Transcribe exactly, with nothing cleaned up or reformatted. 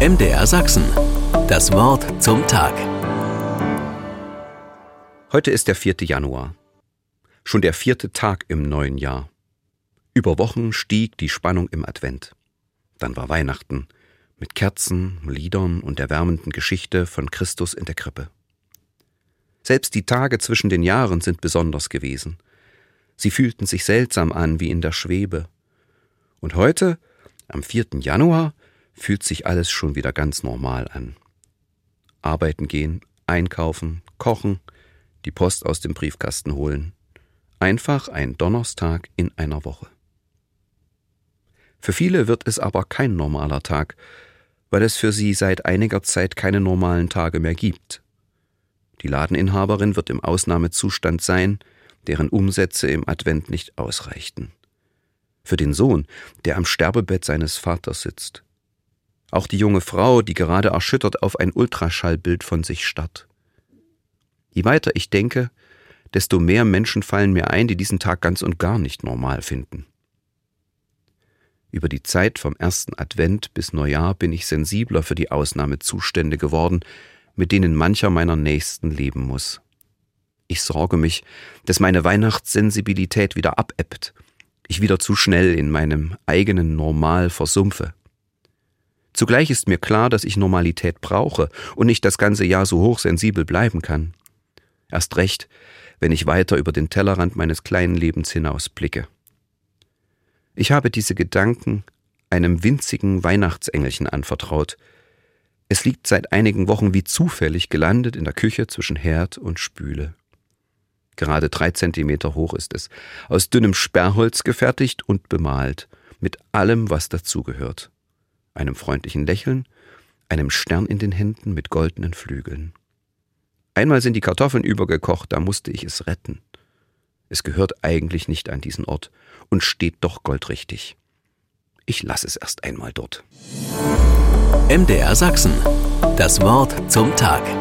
M D R Sachsen. Das Wort zum Tag. Heute ist der vierte Januar. Schon der vierte Tag im neuen Jahr. Über Wochen stieg die Spannung im Advent. Dann war Weihnachten mit Kerzen, Liedern und der wärmenden Geschichte von Christus in der Krippe. Selbst die Tage zwischen den Jahren sind besonders gewesen. Sie fühlten sich seltsam an, wie in der Schwebe. Und heute, am vierten Januar, fühlt sich alles schon wieder ganz normal an. Arbeiten gehen, einkaufen, kochen, die Post aus dem Briefkasten holen. Einfach ein Donnerstag in einer Woche. Für viele wird es aber kein normaler Tag, weil es für sie seit einiger Zeit keine normalen Tage mehr gibt. Die Ladeninhaberin wird im Ausnahmezustand sein, deren Umsätze im Advent nicht ausreichten. Für den Sohn, der am Sterbebett seines Vaters sitzt. Auch die junge Frau, die gerade erschüttert auf ein Ultraschallbild von sich starrt. Je weiter ich denke, desto mehr Menschen fallen mir ein, die diesen Tag ganz und gar nicht normal finden. Über die Zeit vom ersten Advent bis Neujahr bin ich sensibler für die Ausnahmezustände geworden, mit denen mancher meiner Nächsten leben muss. Ich sorge mich, dass meine Weihnachtssensibilität wieder abebbt, ich wieder zu schnell in meinem eigenen Normal versumpfe. Zugleich ist mir klar, dass ich Normalität brauche und nicht das ganze Jahr so hochsensibel bleiben kann. Erst recht, wenn ich weiter über den Tellerrand meines kleinen Lebens hinausblicke. Ich habe diese Gedanken einem winzigen Weihnachtsengelchen anvertraut. Es liegt seit einigen Wochen wie zufällig gelandet in der Küche zwischen Herd und Spüle. Gerade drei Zentimeter hoch ist es, aus dünnem Sperrholz gefertigt und bemalt, mit allem, was dazugehört. Einem freundlichen Lächeln, einem Stern in den Händen mit goldenen Flügeln. Einmal sind die Kartoffeln übergekocht, da musste ich es retten. Es gehört eigentlich nicht an diesen Ort und steht doch goldrichtig. Ich lasse es erst einmal dort. M D R Sachsen. Das Wort zum Tag.